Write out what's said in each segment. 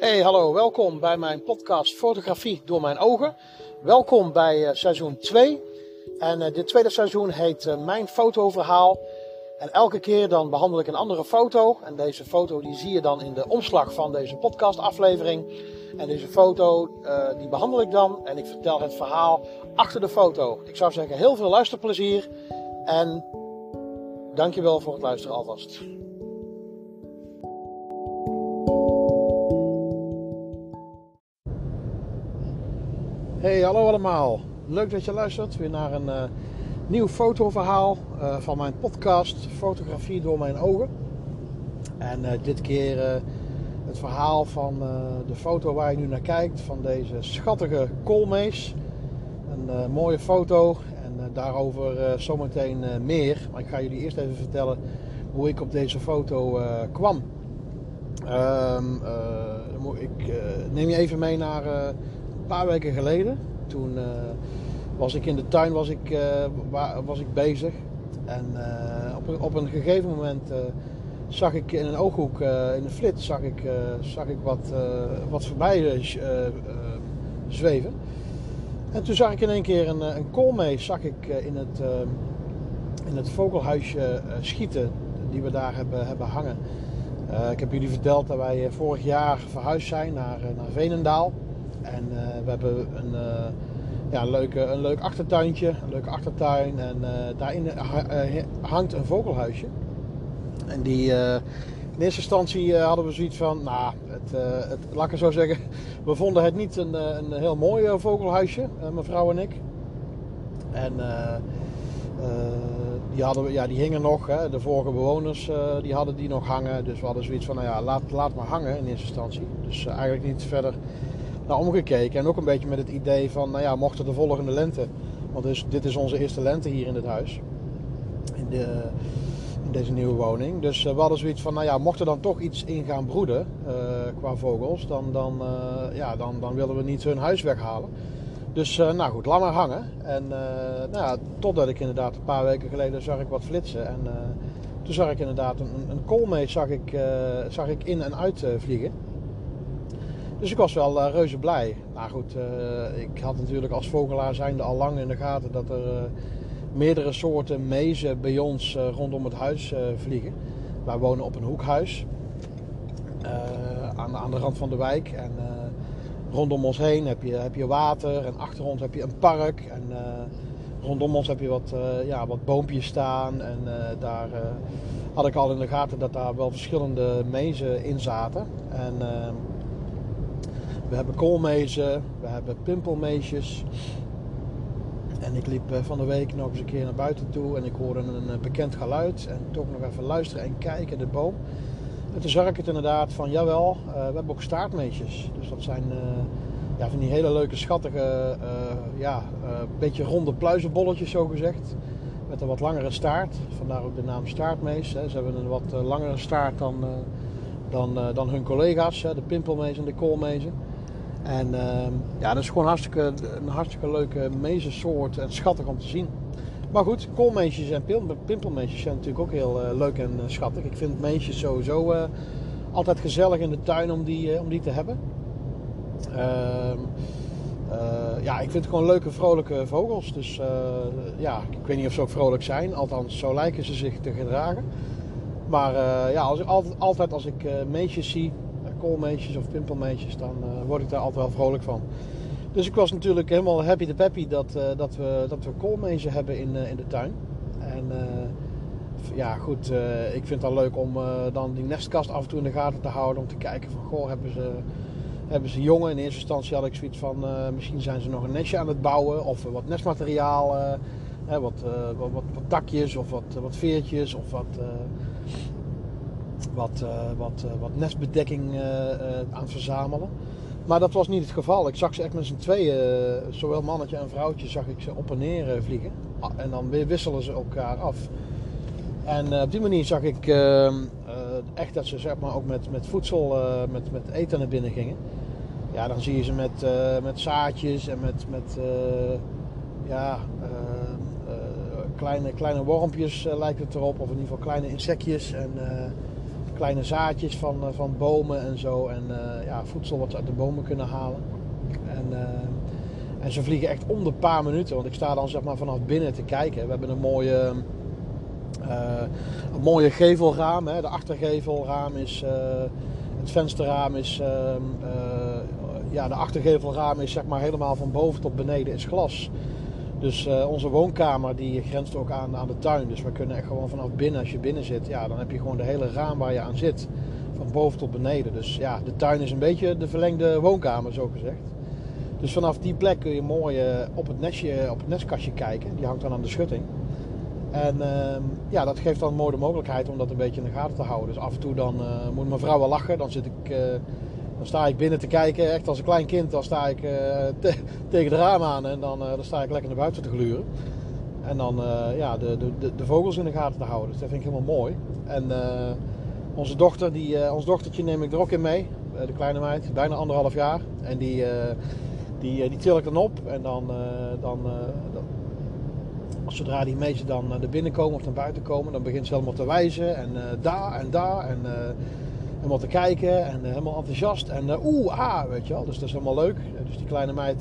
Hey, hallo, welkom bij mijn podcast Fotografie door mijn ogen. Welkom bij seizoen 2. En dit tweede seizoen heet Mijn Fotoverhaal. En elke keer dan behandel ik een andere foto. En deze foto die zie je dan in de omslag van deze podcastaflevering. En deze foto die behandel ik dan en ik vertel het verhaal achter de foto. Ik zou zeggen heel veel luisterplezier en dankjewel voor het luisteren alvast. Hey, hallo allemaal. Leuk dat je luistert weer naar een nieuw fotoverhaal van mijn podcast Fotografie door mijn ogen. En dit keer het verhaal van de foto waar je nu naar kijkt, van deze schattige koolmees. Een mooie foto en daarover zometeen meer. Maar ik ga jullie eerst even vertellen hoe ik op deze foto kwam. Ik neem je even mee naar een paar weken geleden. Toen was ik in de tuin was ik bezig. En op een gegeven moment zag ik in een ooghoek, in een flits, zag ik wat voorbij zweven. En toen zag ik in één keer een koolmees in het vogelhuisje schieten die we daar hebben hangen. Ik heb jullie verteld dat wij vorig jaar verhuisd zijn naar Veenendaal. En we hebben een leuk achtertuintje, een leuke achtertuin. En daarin hangt een vogelhuisje. En die in eerste instantie hadden we zoiets van, laat ik het zo zeggen, we vonden het niet een heel mooi vogelhuisje, mevrouw en ik. En die hingen nog, hè. De vorige bewoners die hadden die nog hangen. Dus we hadden zoiets van, laat maar hangen in eerste instantie. Dus eigenlijk niet verder naar omgekeken. En ook een beetje met het idee van, mocht er de volgende lente, want dit is onze eerste lente hier in het huis. In deze nieuwe woning. Dus we hadden zoiets van, mocht er dan toch iets in gaan broeden qua vogels, dan willen we niet hun huis weghalen. Dus goed, laat maar hangen. En totdat ik inderdaad een paar weken geleden zag ik wat flitsen. En toen zag ik inderdaad een koolmees zag ik in en uit vliegen. Dus ik was wel reuze blij. Nou goed, ik had natuurlijk als vogelaar zijnde al lang in de gaten dat er meerdere soorten mezen bij ons rondom het huis vliegen. Wij wonen op een hoekhuis aan de rand van de wijk. En rondom ons heen heb je water en achter ons heb je een park. En rondom ons heb je wat boompjes staan. En daar had ik al in de gaten dat daar wel verschillende mezen in zaten. En we hebben koolmezen, we hebben pimpelmeesjes. En ik liep van de week nog eens een keer naar buiten toe en ik hoorde een bekend geluid. En toch nog even luisteren en kijken in de boom. En toen zag ik het inderdaad van, jawel, we hebben ook staartmeesjes. Dus dat zijn van die hele leuke, schattige, beetje ronde pluizenbolletjes zo gezegd. Met een wat langere staart, vandaar ook de naam staartmees. Hè. Ze hebben een wat langere staart dan hun collega's, de pimpelmezen en de koolmezen. En dat is gewoon een hartstikke leuke mezensoort en schattig om te zien. Maar goed, koolmeesjes en pimpelmeesjes zijn natuurlijk ook heel leuk en schattig. Ik vind meesjes sowieso altijd gezellig in de tuin om die te hebben. Ik vind het gewoon leuke, vrolijke vogels. Dus ik weet niet of ze ook vrolijk zijn. Althans, zo lijken ze zich te gedragen. Maar als ik meesjes zie, koolmeesjes of pimpelmeesjes, dan word ik daar altijd wel vrolijk van. Dus ik was natuurlijk helemaal happy de peppy dat we koolmezen hebben in de tuin. En ik vind het dan leuk om dan die nestkast af en toe in de gaten te houden. Om te kijken van, hebben ze jongen? In eerste instantie had ik zoiets van, misschien zijn ze nog een nestje aan het bouwen. Of wat nestmateriaal, wat takjes of wat veertjes of wat nestbedekking aan het verzamelen. Maar dat was niet het geval. Ik zag ze echt met z'n tweeën, zowel mannetje en vrouwtje, zag ik ze op en neer vliegen. En dan weer wisselen ze elkaar af. En op die manier zag ik echt dat ze zeg maar ook met voedsel, met eten naar binnen gingen. Ja, dan zie je ze met zaadjes en met kleine wormpjes lijkt het erop. Of in ieder geval kleine insectjes. En kleine zaadjes van bomen en zo. En voedsel wat ze uit de bomen kunnen halen. En ze vliegen echt om de paar minuten. Want ik sta dan zeg maar vanaf binnen te kijken. We hebben een mooie gevelraam. Hè. De achtergevelraam is... het vensterraam is... de achtergevelraam is zeg maar helemaal van boven tot beneden is glas. Dus onze woonkamer die grenst ook aan de tuin. Dus we kunnen echt gewoon vanaf binnen, als je binnen zit, ja, dan heb je gewoon de hele raam waar je aan zit. Van boven tot beneden. Dus ja, de tuin is een beetje de verlengde woonkamer, zo gezegd. Dus vanaf die plek kun je mooi op het nestkastje kijken. Die hangt dan aan de schutting. En dat geeft dan mooi de mogelijkheid om dat een beetje in de gaten te houden. Dus af en toe dan moet mijn vrouw wel lachen. Dan sta ik binnen te kijken, echt als een klein kind. Dan sta ik tegen het raam aan en dan sta ik lekker naar buiten te gluren. En dan de vogels in de gaten te houden. Dus dat vind ik helemaal mooi. En ons dochtertje neem ik er ook in mee. De kleine meid, bijna 1,5 jaar. En die til ik dan op. En dan zodra die meisjes dan naar binnen komen of naar buiten komen, dan begint ze helemaal te wijzen. En daar en daar. En helemaal te kijken en helemaal enthousiast. En weet je wel. Dus dat is helemaal leuk. Dus die kleine meid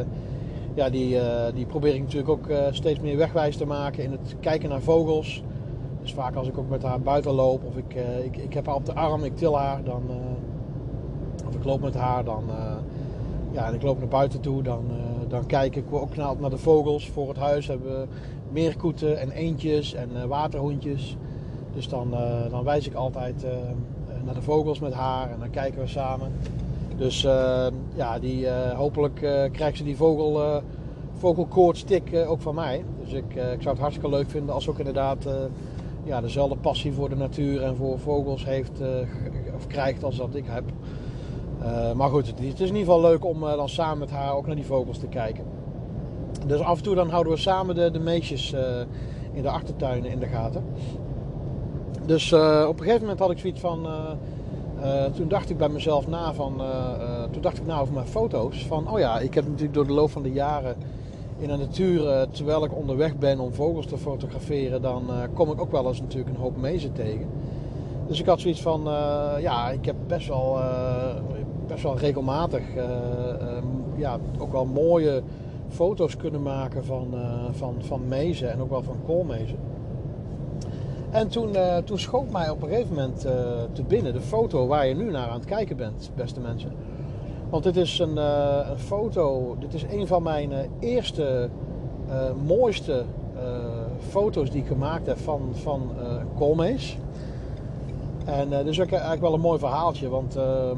die probeer ik natuurlijk ook steeds meer wegwijs te maken in het kijken naar vogels. Dus vaak als ik ook met haar buiten loop of ik heb haar op de arm, ik til haar, of ik loop met haar, en ik loop naar buiten toe, dan kijk ik ook naar de vogels. Voor het huis hebben we meerkoeten en eendjes en waterhoentjes. Dus dan wijs ik altijd naar de vogels met haar en dan kijken we samen. Dus hopelijk krijgt ze die vogelkoortstik ook van mij. Dus ik zou het hartstikke leuk vinden als ze ook inderdaad dezelfde passie voor de natuur en voor vogels heeft of krijgt als dat ik heb. Maar goed, het is in ieder geval leuk om dan samen met haar ook naar die vogels te kijken. Dus af en toe dan houden we samen de meisjes in de achtertuinen in de gaten. Dus op een gegeven moment had ik zoiets van... toen dacht ik bij mezelf na over mijn foto's. Van, ik heb natuurlijk door de loop van de jaren in de natuur... terwijl ik onderweg ben om vogels te fotograferen... dan kom ik ook wel eens natuurlijk een hoop mezen tegen. Dus ik had zoiets van... ik heb best wel regelmatig... ook wel mooie foto's kunnen maken van mezen. En ook wel van koolmezen. En toen schoot mij op een gegeven moment te binnen de foto waar je nu naar aan het kijken bent, beste mensen. Want dit is een foto, dit is een van mijn eerste, mooiste foto's die ik gemaakt heb van een koolmees. En dit is ook eigenlijk wel een mooi verhaaltje, want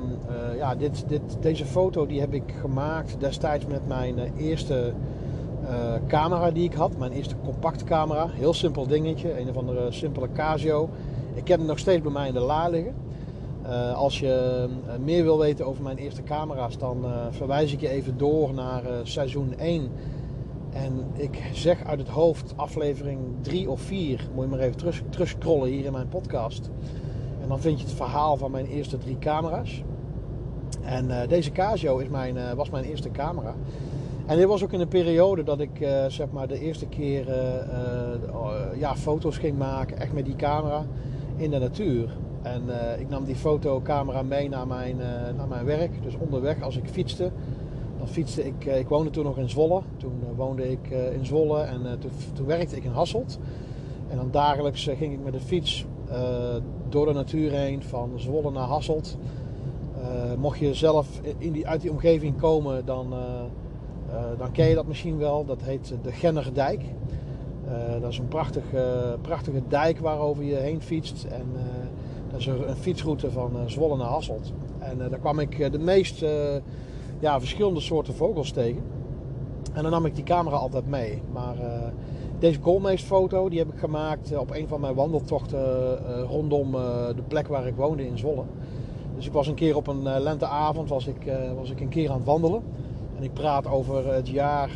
deze foto die heb ik gemaakt destijds met mijn eerste... camera die ik had, mijn eerste compactcamera, heel simpel dingetje, een of andere simpele Casio. Ik heb hem nog steeds bij mij in de la liggen. Als je meer wil weten over mijn eerste camera's, dan verwijs ik je even door naar seizoen 1. En ik zeg uit het hoofd aflevering 3 of 4, moet je maar even terug scrollen hier in mijn podcast. En dan vind je het verhaal van mijn eerste 3 camera's. En deze Casio was mijn eerste camera. En dit was ook in een periode dat ik de eerste keer foto's ging maken, echt met die camera in de natuur. En ik nam die fotocamera mee naar mijn werk. Dus onderweg als ik fietste, dan fietste ik woonde toen nog in Zwolle. Toen woonde ik in Zwolle en toen werkte ik in Hasselt. En dan dagelijks ging ik met de fiets door de natuur heen van Zwolle naar Hasselt. Mocht je zelf uit die omgeving komen, dan ken je dat misschien wel. Dat heet de Gennerdijk. Dat is een prachtige dijk waarover je heen fietst. En dat is een fietsroute van Zwolle naar Hasselt. En daar kwam ik de meest verschillende soorten vogels tegen. En dan nam ik die camera altijd mee. Maar deze koolmeesfoto die heb ik gemaakt op een van mijn wandeltochten rondom de plek waar ik woonde in Zwolle. Dus ik was een keer op een lenteavond was ik een keer aan het wandelen. En ik praat over het jaar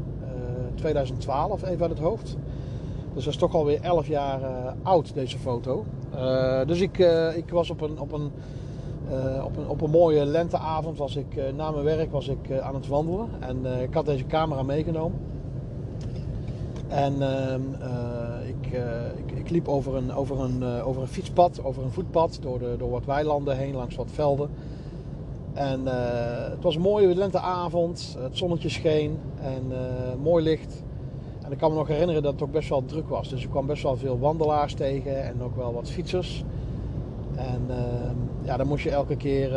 2012 even uit het hoofd. Dus dat is toch alweer 11 jaar oud deze foto. Dus ik was op een mooie lenteavond na mijn werk was ik aan het wandelen. En ik had deze camera meegenomen. En ik ik liep over een fietspad, over een voetpad, door wat weilanden heen, langs wat velden. En het was een mooie lenteavond, het zonnetje scheen en mooi licht. En ik kan me nog herinneren dat het ook best wel druk was. Dus ik kwam best wel veel wandelaars tegen en ook wel wat fietsers. En dan moest je elke keer,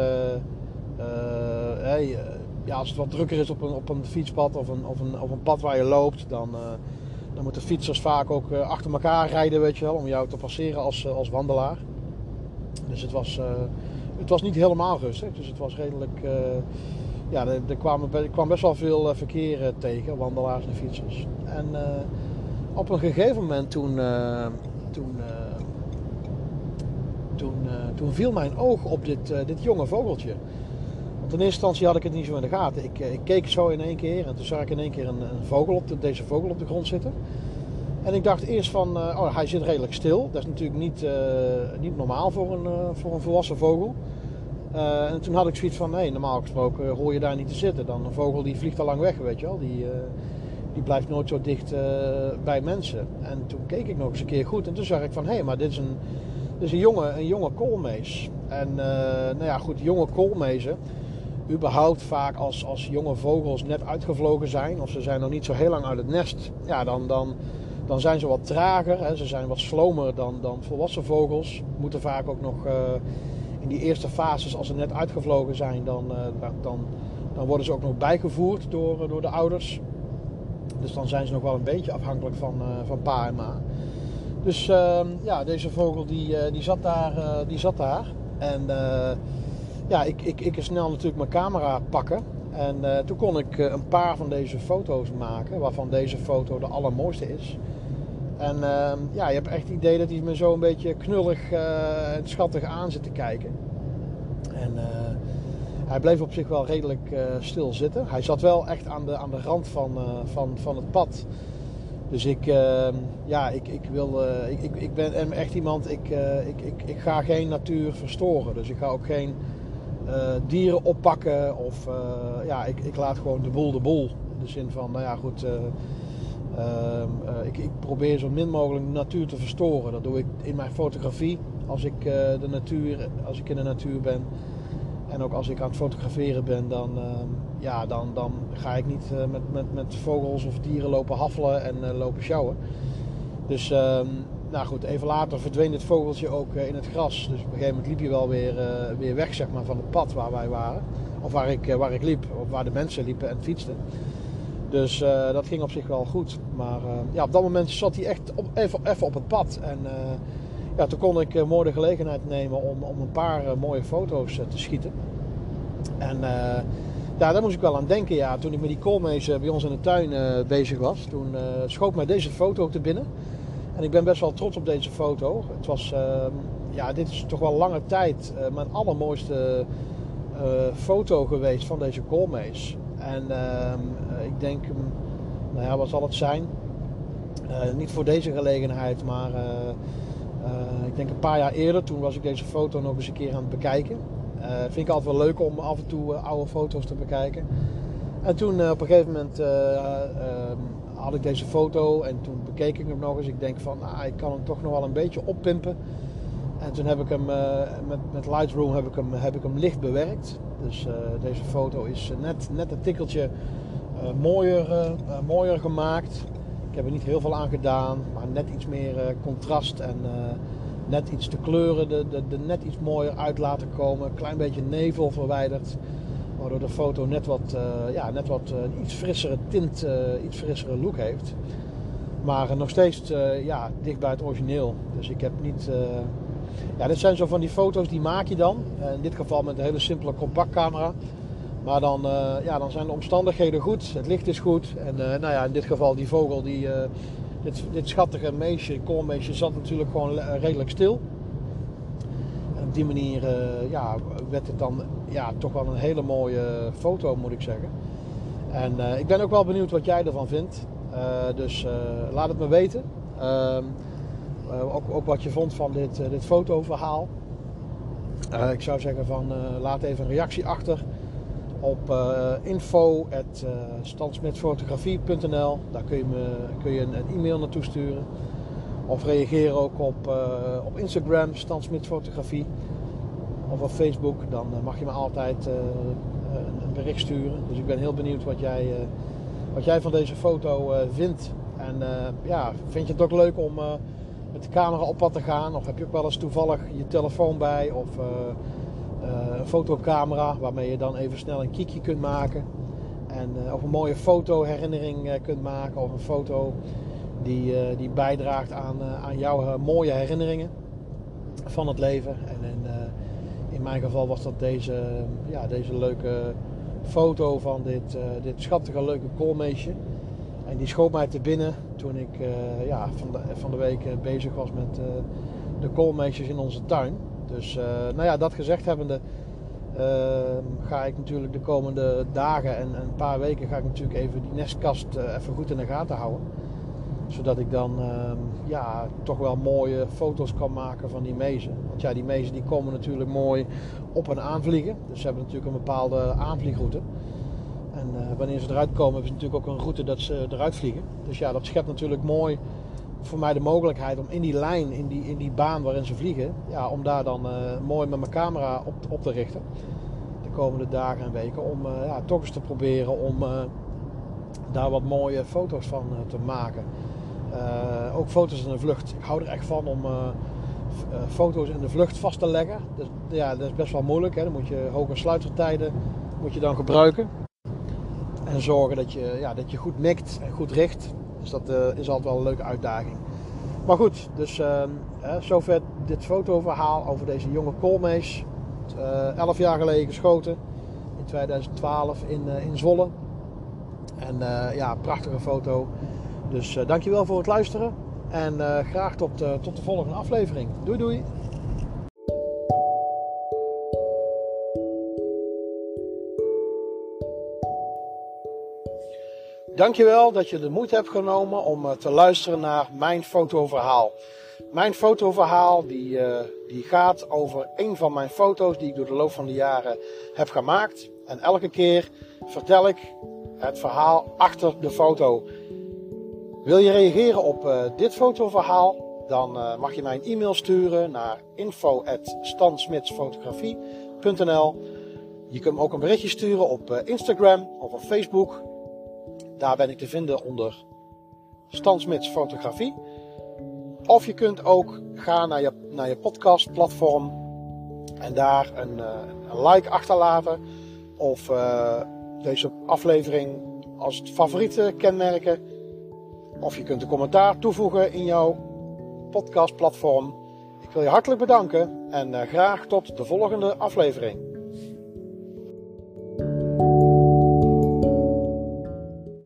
als het wat drukker is op een fietspad of een pad waar je loopt, dan moeten fietsers vaak ook achter elkaar rijden, weet je wel, om jou te passeren als wandelaar. Dus het was niet helemaal rustig, dus het was redelijk, er kwam best wel veel verkeer tegen, wandelaars en fietsers. En op een gegeven moment toen viel mijn oog op dit jonge vogeltje. Want in eerste instantie had ik het niet zo in de gaten. Ik keek zo in één keer en toen zag ik in één keer deze vogel op de grond zitten. En ik dacht eerst van, hij zit redelijk stil. Dat is natuurlijk niet normaal voor een volwassen vogel. En toen had ik zoiets van, nee, normaal gesproken hoor je daar niet te zitten. Dan een vogel die vliegt al lang weg, weet je wel. Die blijft nooit zo dicht bij mensen. En toen keek ik nog eens een keer goed. En toen zag ik van, hé, maar dit is een jonge koolmees. En jonge koolmezen, überhaupt vaak als jonge vogels net uitgevlogen zijn, of ze zijn nog niet zo heel lang uit het nest, ja, dan zijn ze wat trager. Hè. Ze zijn wat slomer dan volwassen vogels. Moeten vaak ook nog in die eerste fases, als ze net uitgevlogen zijn, dan worden ze ook nog bijgevoerd door de ouders. Dus dan zijn ze nog wel een beetje afhankelijk van pa en ma. Dus deze vogel die zat daar. En ik snel natuurlijk mijn camera pakken. En toen kon ik een paar van deze foto's maken, waarvan deze foto de allermooiste is. En je hebt echt het idee dat hij me zo een beetje knullig en schattig aan zit te kijken. En hij bleef op zich wel redelijk stil zitten. Hij zat wel echt aan de rand van het pad. Dus ik ben echt iemand, ik ga geen natuur verstoren. Dus ik ga ook geen dieren oppakken of ik laat gewoon de boel. In de zin van, ik probeer zo min mogelijk de natuur te verstoren. Dat doe ik in mijn fotografie als ik in de natuur ben. En ook als ik aan het fotograferen ben, dan ga ik niet met vogels of dieren lopen haffelen en lopen sjouwen. Dus even later verdween dit vogeltje ook in het gras. Dus op een gegeven moment liep hij wel weer weg, zeg maar, van het pad waar wij waren. Of waar ik liep, of waar de mensen liepen en fietsten. Dus dat ging op zich wel goed. Maar op dat moment zat hij echt even op het pad. En toen kon ik mooi de gelegenheid nemen om een paar mooie foto's te schieten. En daar moest ik wel aan denken. Ja, toen ik met die koolmees bij ons in de tuin bezig was, toen schoot mij deze foto te binnen. En ik ben best wel trots op deze foto. Het was, dit is toch wel lange tijd mijn allermooiste foto geweest van deze koolmees. En ik denk, wat zal het zijn? Niet voor deze gelegenheid, maar ik denk een paar jaar eerder, toen was ik deze foto nog eens een keer aan het bekijken. Vind ik altijd wel leuk om af en toe oude foto's te bekijken. En toen op een gegeven moment had ik deze foto en toen bekeek ik hem nog eens. Ik denk van, ik kan hem toch nog wel een beetje oppimpen. En toen heb ik hem met Lightroom heb ik hem licht bewerkt. Dus deze foto is net een tikkeltje mooier gemaakt. Ik heb er niet heel veel aan gedaan, maar net iets meer contrast en net iets de kleuren er net iets mooier uit laten komen. Een klein beetje nevel verwijderd, waardoor de foto net wat iets frissere tint, iets frissere look heeft. Maar nog steeds dicht bij het origineel. Dus ik heb niet... dit zijn zo van die foto's die maak je dan. In dit geval met een hele simpele compactcamera. Maar dan zijn de omstandigheden goed. Het licht is goed. En in dit geval die vogel, dit schattige koolmeesje zat natuurlijk gewoon redelijk stil. En op die manier werd het dan toch wel een hele mooie foto, moet ik zeggen. En ik ben ook wel benieuwd wat jij ervan vindt. Dus laat het me weten. Ook wat je vond van dit fotoverhaal. Ik zou zeggen van laat even een reactie achter op info@stansmetfotografie.nl. Daar kun je een e-mail naartoe sturen. Of reageer ook op Instagram, Stan Smits Fotografie. Of op Facebook, dan mag je me altijd een bericht sturen. Dus ik ben heel benieuwd wat jij van deze foto vindt. En vind je het ook leuk om met de camera op pad te gaan? Of heb je ook wel eens toevallig je telefoon bij? Of een fotocamera waarmee je dan even snel een kiekje kunt maken. Of een mooie fotoherinnering kunt maken. Of een foto die bijdraagt aan jouw mooie herinneringen van het leven. En in mijn geval was dat deze leuke foto van dit schattige leuke koolmeesje. En die schoot mij te binnen toen ik van de week bezig was met de koolmeesjes in onze tuin. Dus dat gezegd hebbende ga ik natuurlijk de komende dagen en een paar weken ga ik natuurlijk even die nestkast even goed in de gaten houden. Zodat ik dan toch wel mooie foto's kan maken van die mezen. Want ja, die mezen die komen natuurlijk mooi op en aanvliegen. Dus ze hebben natuurlijk een bepaalde aanvliegroute. En wanneer ze eruit komen hebben ze natuurlijk ook een route dat ze eruit vliegen. Dus ja, dat schept natuurlijk mooi voor mij de mogelijkheid om in die lijn, in die baan waarin ze vliegen, om daar dan mooi met mijn camera op te richten. De komende dagen en weken. Om toch eens te proberen om daar wat mooie foto's van te maken. Ook foto's in de vlucht. Ik hou er echt van om foto's in de vlucht vast te leggen. Dus, dat is best wel moeilijk. Hè? Dan moet je hoge sluitertijden dan gebruiken. En zorgen dat je goed mikt en goed richt. Dus dat is altijd wel een leuke uitdaging. Maar goed, dus zover dit fotoverhaal over deze jonge koolmees. 11 jaar geleden geschoten. In 2012 in Zwolle. En prachtige foto. Dus dankjewel voor het luisteren. En graag tot de volgende aflevering. Doei doei. Dankjewel dat je de moeite hebt genomen om te luisteren naar mijn fotoverhaal. Mijn fotoverhaal die gaat over een van mijn foto's die ik door de loop van de jaren heb gemaakt. En elke keer vertel ik het verhaal achter de foto. Wil je reageren op dit fotoverhaal? Dan mag je mij een e-mail sturen naar info@stansmitsfotografie.nl. Je kunt me ook een berichtje sturen op Instagram of op Facebook. Daar ben ik te vinden onder Stan Smits Fotografie. Of je kunt ook gaan naar je podcastplatform en daar een like achterlaten. Of deze aflevering als favoriete kenmerken. Of je kunt een commentaar toevoegen in jouw podcastplatform. Ik wil je hartelijk bedanken en graag tot de volgende aflevering.